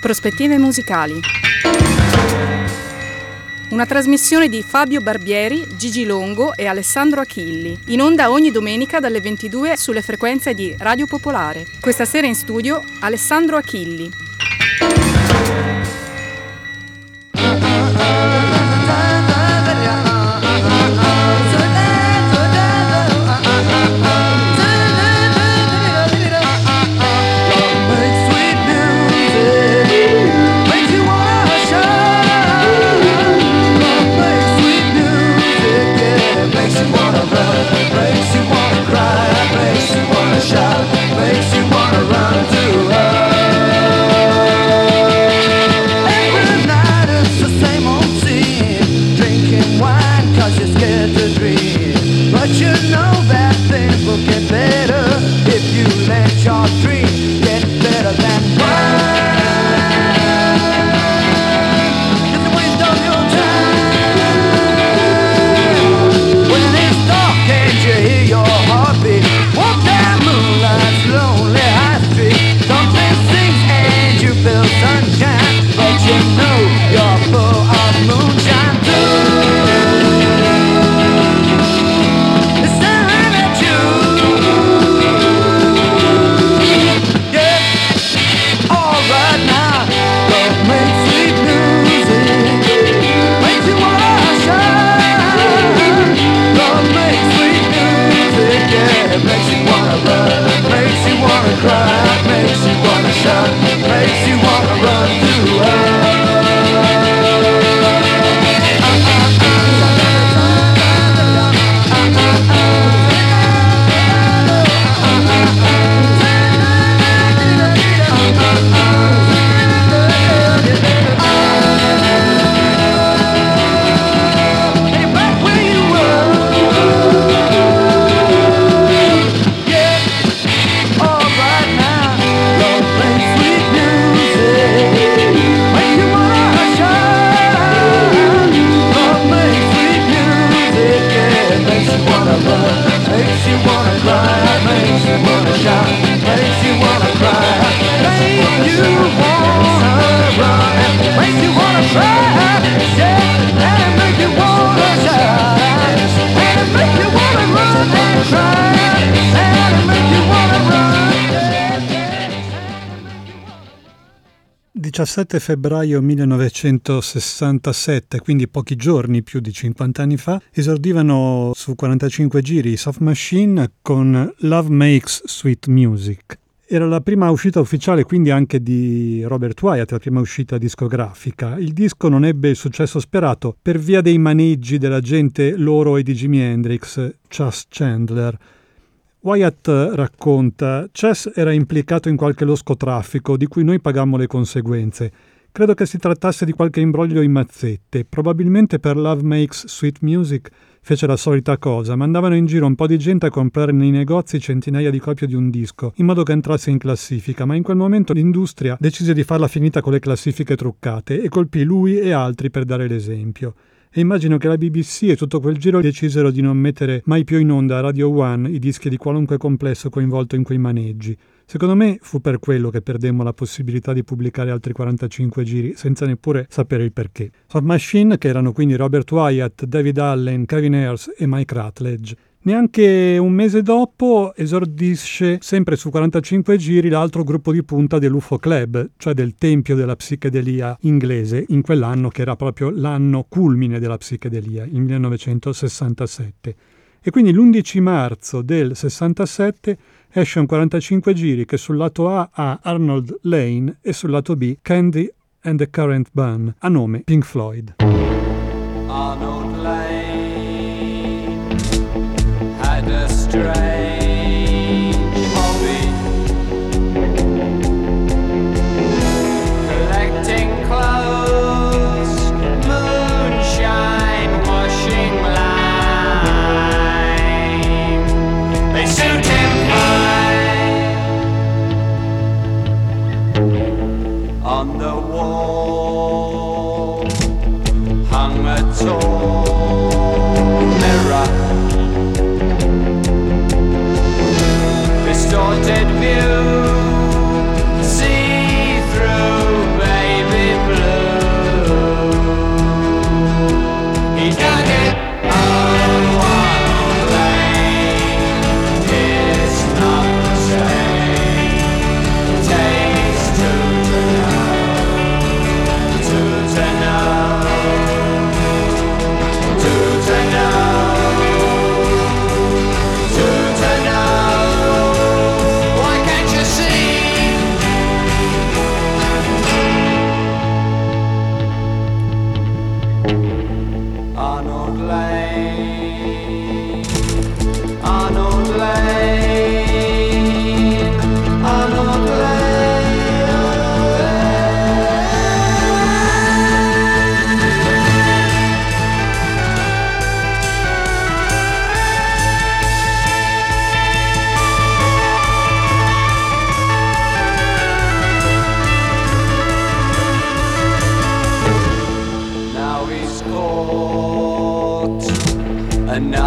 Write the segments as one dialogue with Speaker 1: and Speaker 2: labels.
Speaker 1: Prospettive musicali. Una trasmissione di Fabio Barbieri, Gigi Longo e Alessandro Achilli, in onda ogni domenica dalle 22 sulle frequenze di Radio Popolare. Questa sera in studio Alessandro Achilli.
Speaker 2: Il 17 febbraio 1967, quindi pochi giorni più di 50 anni fa, esordivano su 45 giri i Soft Machine con Love Makes Sweet Music. Era la prima uscita ufficiale quindi anche di Robert Wyatt, la prima uscita discografica. Il disco non ebbe il successo sperato per via dei maneggi dell'agente loro e di Jimi Hendrix, Chas Chandler. Wyatt racconta: Chas era implicato in qualche losco traffico di cui noi pagammo le conseguenze. Credo che si trattasse di qualche imbroglio in mazzette. Probabilmente per Love Makes Sweet Music fece la solita cosa. Mandavano in giro un po' di gente a comprare nei negozi centinaia di copie di un disco, in modo che entrasse in classifica, ma in quel momento l'industria decise di farla finita con le classifiche truccate e colpì lui e altri per dare l'esempio. E immagino che la BBC e tutto quel giro decisero di non mettere mai più in onda a Radio One i dischi di qualunque complesso coinvolto in quei maneggi. Secondo me fu per quello che perdemmo la possibilità di pubblicare altri 45 giri senza neppure sapere il perché. Soft Machine, che erano quindi Robert Wyatt, David Allen, Kevin Ayers e Mike Rutledge. Neanche un mese dopo esordisce sempre su 45 giri l'altro gruppo di punta dell'UFO Club, cioè del tempio della psichedelia inglese, in quell'anno che era proprio l'anno culmine della psichedelia, il 1967. E quindi l'11 marzo del 67 esce un 45 giri che sul lato A ha Arnold Lane e sul lato B Candy and the Current Bun, a nome Pink Floyd.
Speaker 3: Arnold Lane had a strange hobby, collecting clothes, moonshine, washing line. They suit him fine. On the wall hung a tall mirror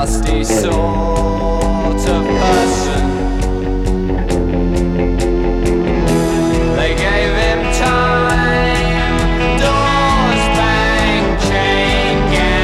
Speaker 3: nasty sort of person. They gave him time, doors bang, chain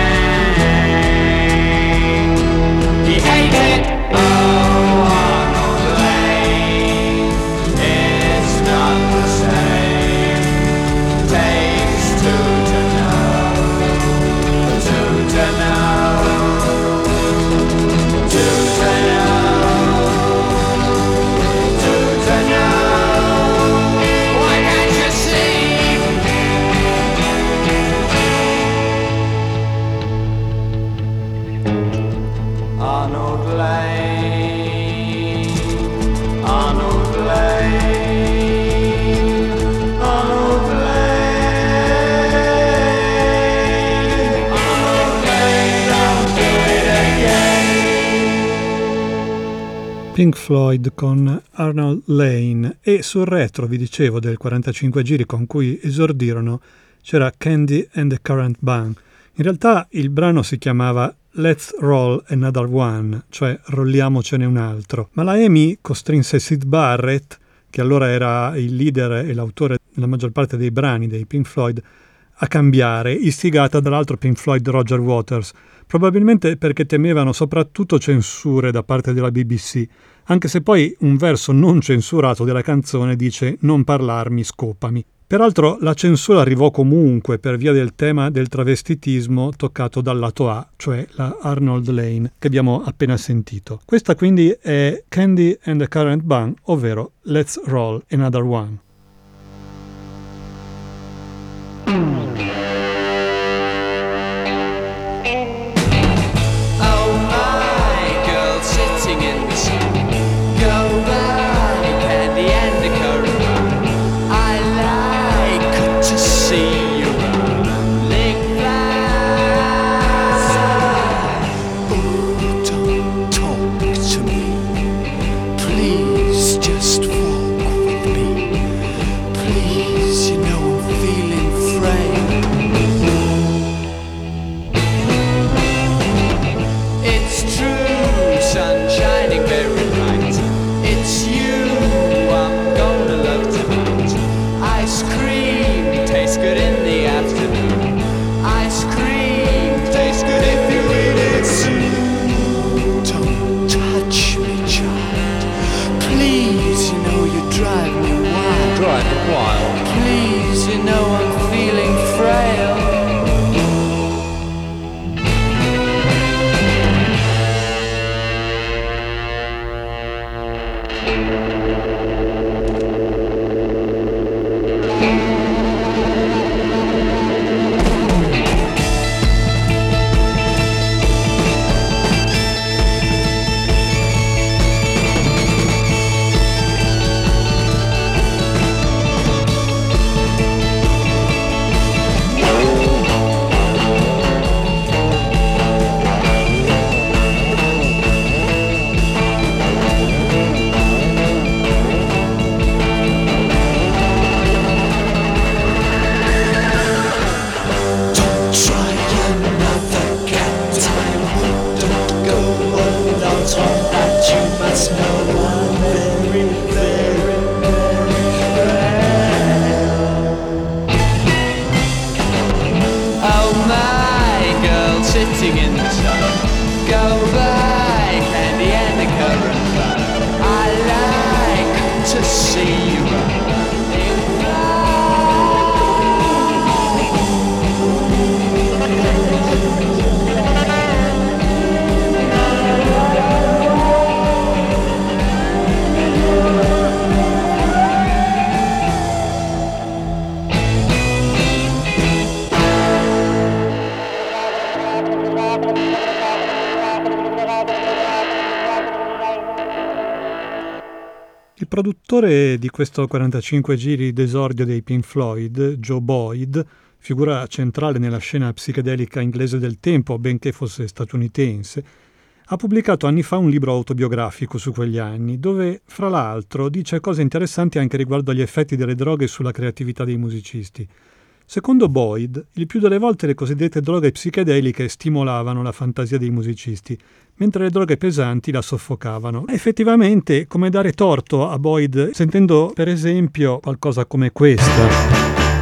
Speaker 3: gang. He hated, oh, Arnold Lane. It's not the same. Takes two to know, two to know, two to know, two to know. Why can't you see? Arnold Lane, Arnold Lane, Arnold Lane, Arnold Lane, I'll do it again.
Speaker 2: Pink Floyd con Arnold Lane, e sul retro, vi dicevo, del 45 giri con cui esordirono c'era Candy and the Current Band. In realtà il brano si chiamava Let's Roll Another One, cioè rolliamocene un altro, ma la EMI costrinse Syd Barrett, che allora era il leader e l'autore della maggior parte dei brani dei Pink Floyd, a cambiare, istigata dall'altro Pink Floyd Roger Waters, probabilmente perché temevano soprattutto censure da parte della BBC, anche se poi un verso non censurato della canzone dice «Non parlarmi, scopami». Peraltro la censura arrivò comunque per via del tema del travestitismo toccato dal lato A, cioè la Arnold Lane, che abbiamo appena sentito. Questa quindi è Candy and the Current Band, ovvero Let's Roll Another One.
Speaker 3: Oh my girl sitting in the sun. Go by Candy and the Current Band. I like to see you rolling fast. Oh, don't talk to me. Please just walk with me. Please, you know I'm feeling frail. It's true, sun shining very bright. It's you I'm gonna love tonight. Ice cream tastes good in the afternoon. Ice cream tastes good if you eat it soon. Don't touch me, child. Please, you know you drive me wild. Drive me wild. Please, you know I'm feeling frail.
Speaker 2: Il produttore di questo 45 giri d'esordio dei Pink Floyd, Joe Boyd, figura centrale nella scena psichedelica inglese del tempo, benché fosse statunitense, ha pubblicato anni fa un libro autobiografico su quegli anni, dove, fra l'altro, dice cose interessanti anche riguardo agli effetti delle droghe sulla creatività dei musicisti. Secondo Boyd, il più delle volte le cosiddette droghe psichedeliche stimolavano la fantasia dei musicisti, mentre le droghe pesanti la soffocavano. Effettivamente, come dare torto a Boyd sentendo per esempio qualcosa come questa.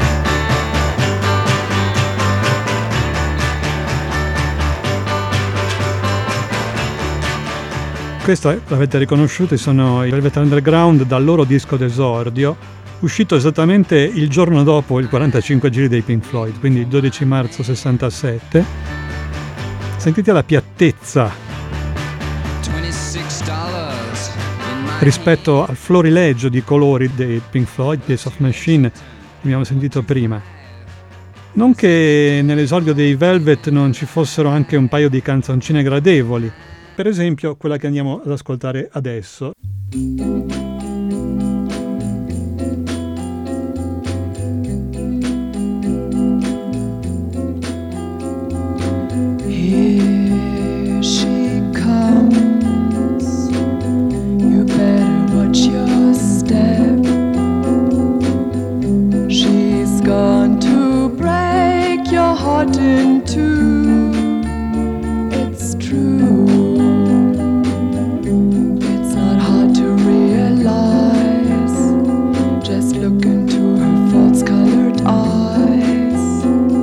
Speaker 2: Questo, l'avete riconosciuto, sono i Velvet Underground dal loro disco d'esordio, uscito esattamente il giorno dopo il 45 giri dei Pink Floyd, quindi il 12 marzo 67. Sentite la piattezza rispetto al florileggio di colori dei Pink Floyd, dei Soft Machine, che abbiamo sentito prima. Non che nell'esordio dei Velvet non ci fossero anche un paio di canzoncine gradevoli, per esempio quella che andiamo ad ascoltare adesso.
Speaker 4: Here she comes, you better watch your step. She's gone to break your heart in two. It's true. It's not hard to realize. Just look into her false-colored eyes.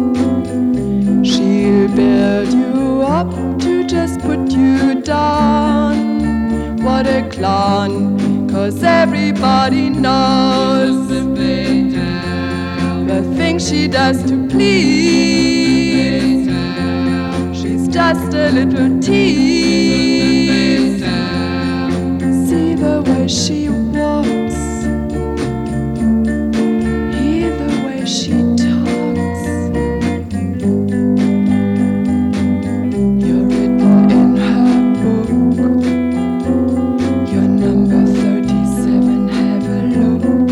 Speaker 4: She'll build you up to just put you down. What a clown, 'cause everybody knows the things she does to please. She's just a little tease. See the way she walks, hear the way she talks. You're written in her book. You're number 37, have a look.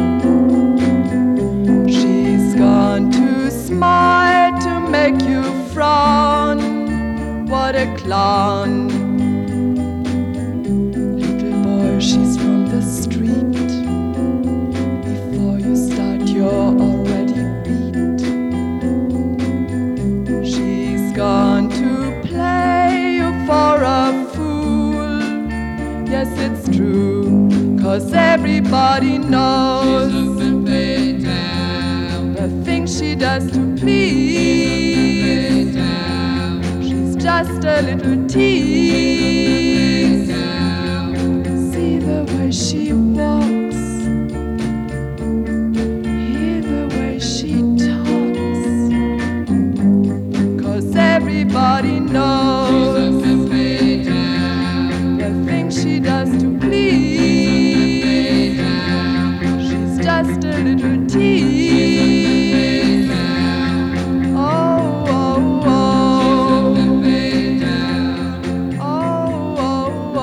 Speaker 4: She's gone to smile to make you frown. What a clown. Little boy, she's from the street. Before you start, you're already beat. She's gone to play you for a fool. Yes, it's true, 'cause everybody knows the things she does to please. She's just a little tease. See the way she walks, hear the way she talks. 'Cause everybody knows the things she does to please. She's just a little tease. Oh, oh, oh. Oh, oh,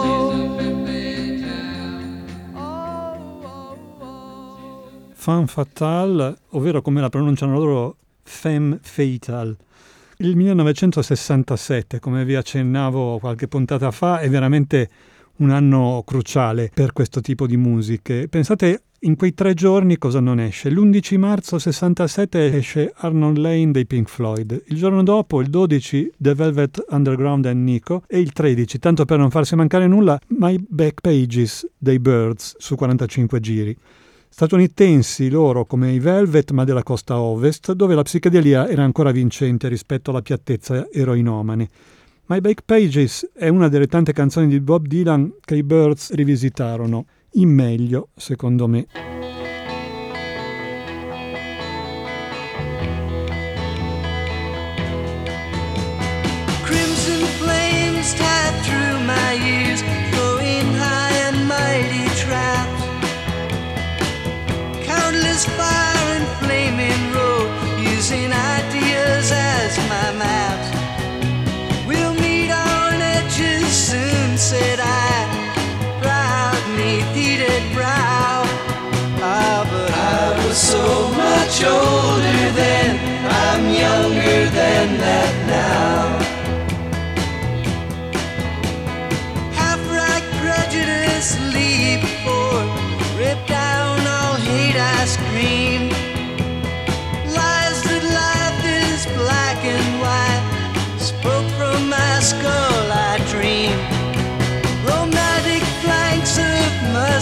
Speaker 4: oh.
Speaker 2: Femme fatale, ovvero come la pronunciano loro, femme fatale. Il 1967, come vi accennavo qualche puntata fa, è veramente un anno cruciale per questo tipo di musiche. Pensate, in quei 3 giorni cosa non esce? L'11 marzo 67 esce Arnold Lane dei Pink Floyd, il giorno dopo, il 12, The Velvet Underground and Nico, e il 13, tanto per non farsi mancare nulla, My Back Pages dei Byrds su 45 giri. Statunitensi loro come i Velvet, ma della costa ovest, dove la psichedelia era ancora vincente rispetto alla piattezza eroinomane. My Back Pages è una delle tante canzoni di Bob Dylan che i Byrds rivisitarono, in meglio, secondo me.
Speaker 5: Crimson flames tied through my ears, flowing high and mighty traps. Countless fire and flaming road, using ideas as my maps. We'll meet on edges soon, said I, proud neath heated brow. Ah, but I was so much older then, I'm younger than that now. Half-right prejudice, leap before, rip down all hate I scream.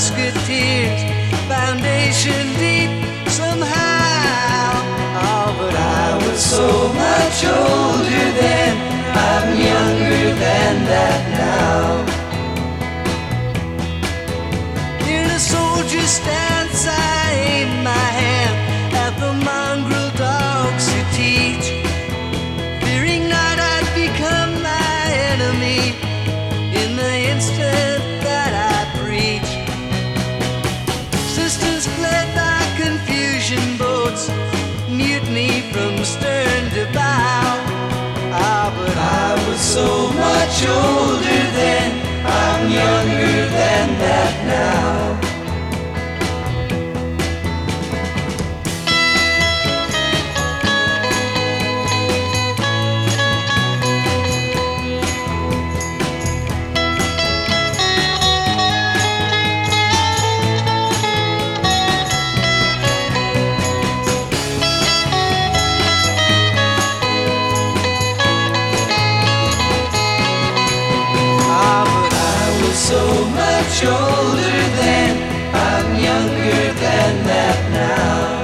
Speaker 5: musketeers, foundation deep somehow. Oh, but I was so much older then, I'm younger than that now. In a soldier's stance I aim my hand at the mongrel dogs who teach, fearing not I'd become my enemy in the instant that I preach. Systems fled by confusion boats, mutiny from stern to bow. Ah, but I was so much older then, I'm younger than that now. So much older then, I'm younger than that now.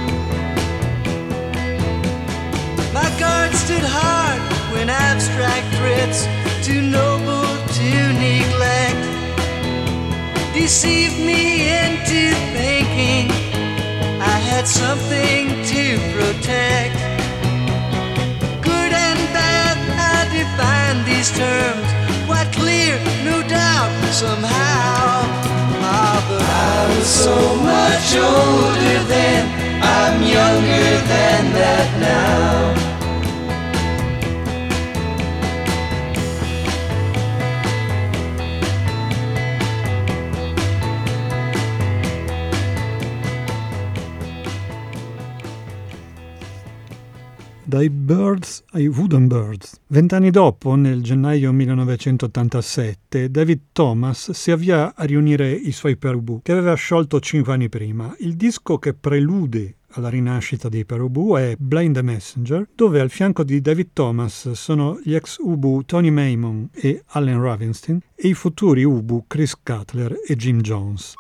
Speaker 5: My guard stood hard when abstract threats, too noble to neglect, deceived me into thinking I had something to protect. Good and bad, I define these terms, quite clear, no doubt, somehow. Ah, but I was so much older then, I'm younger than that now.
Speaker 2: Dai Birds ai Wooden Birds. 20 anni dopo, nel gennaio 1987, David Thomas si avvia a riunire i suoi Peru, che aveva sciolto 5 anni prima. Il disco che prelude alla rinascita dei Peru è Blind the Messenger, dove al fianco di David Thomas sono gli ex Ubu Tony Maimon e Allen Ravenstein e i futuri Ubu Chris Cutler e Jim Jones.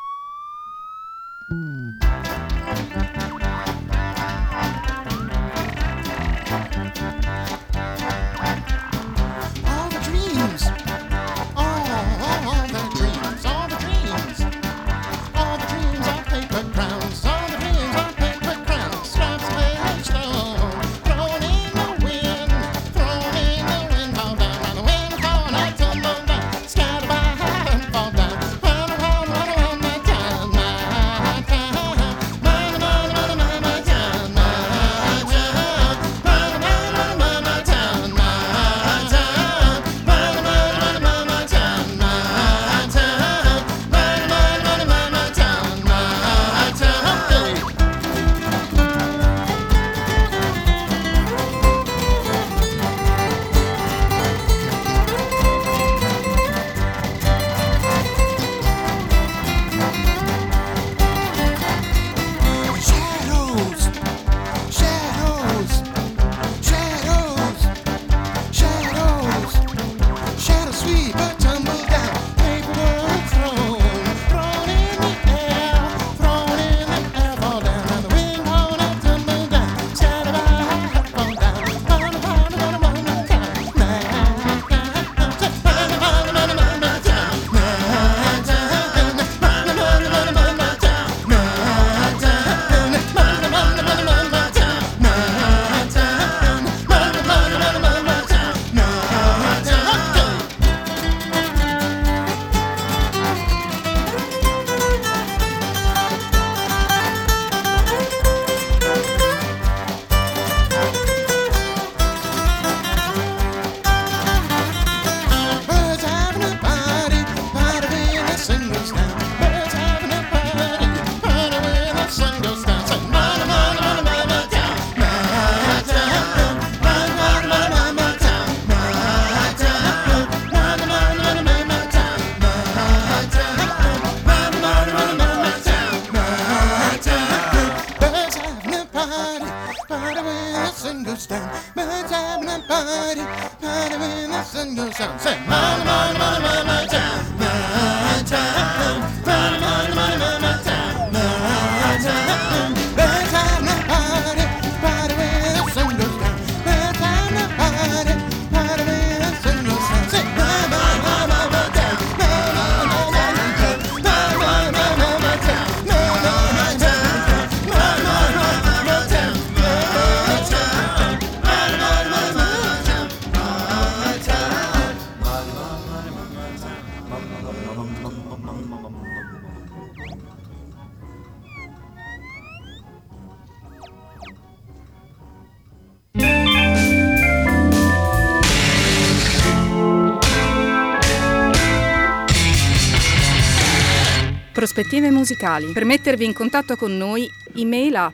Speaker 1: prospettive musicali. Per mettervi in contatto con noi, email a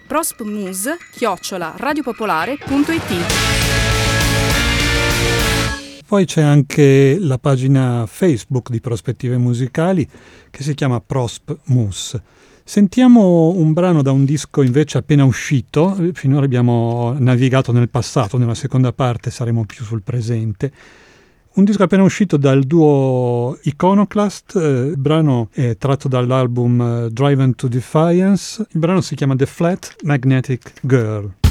Speaker 1: prospmus@radiopopolare.it.
Speaker 2: Poi c'è anche la pagina Facebook di Prospettive Musicali che si chiama Prosp Mus. Sentiamo un brano da un disco invece appena uscito. Finora abbiamo navigato nel passato, nella seconda parte saremo più sul presente. Un disco appena uscito dal duo Iconoclast, il brano è tratto dall'album Driven to Defiance, il brano si chiama The Flat Magnetic Girl.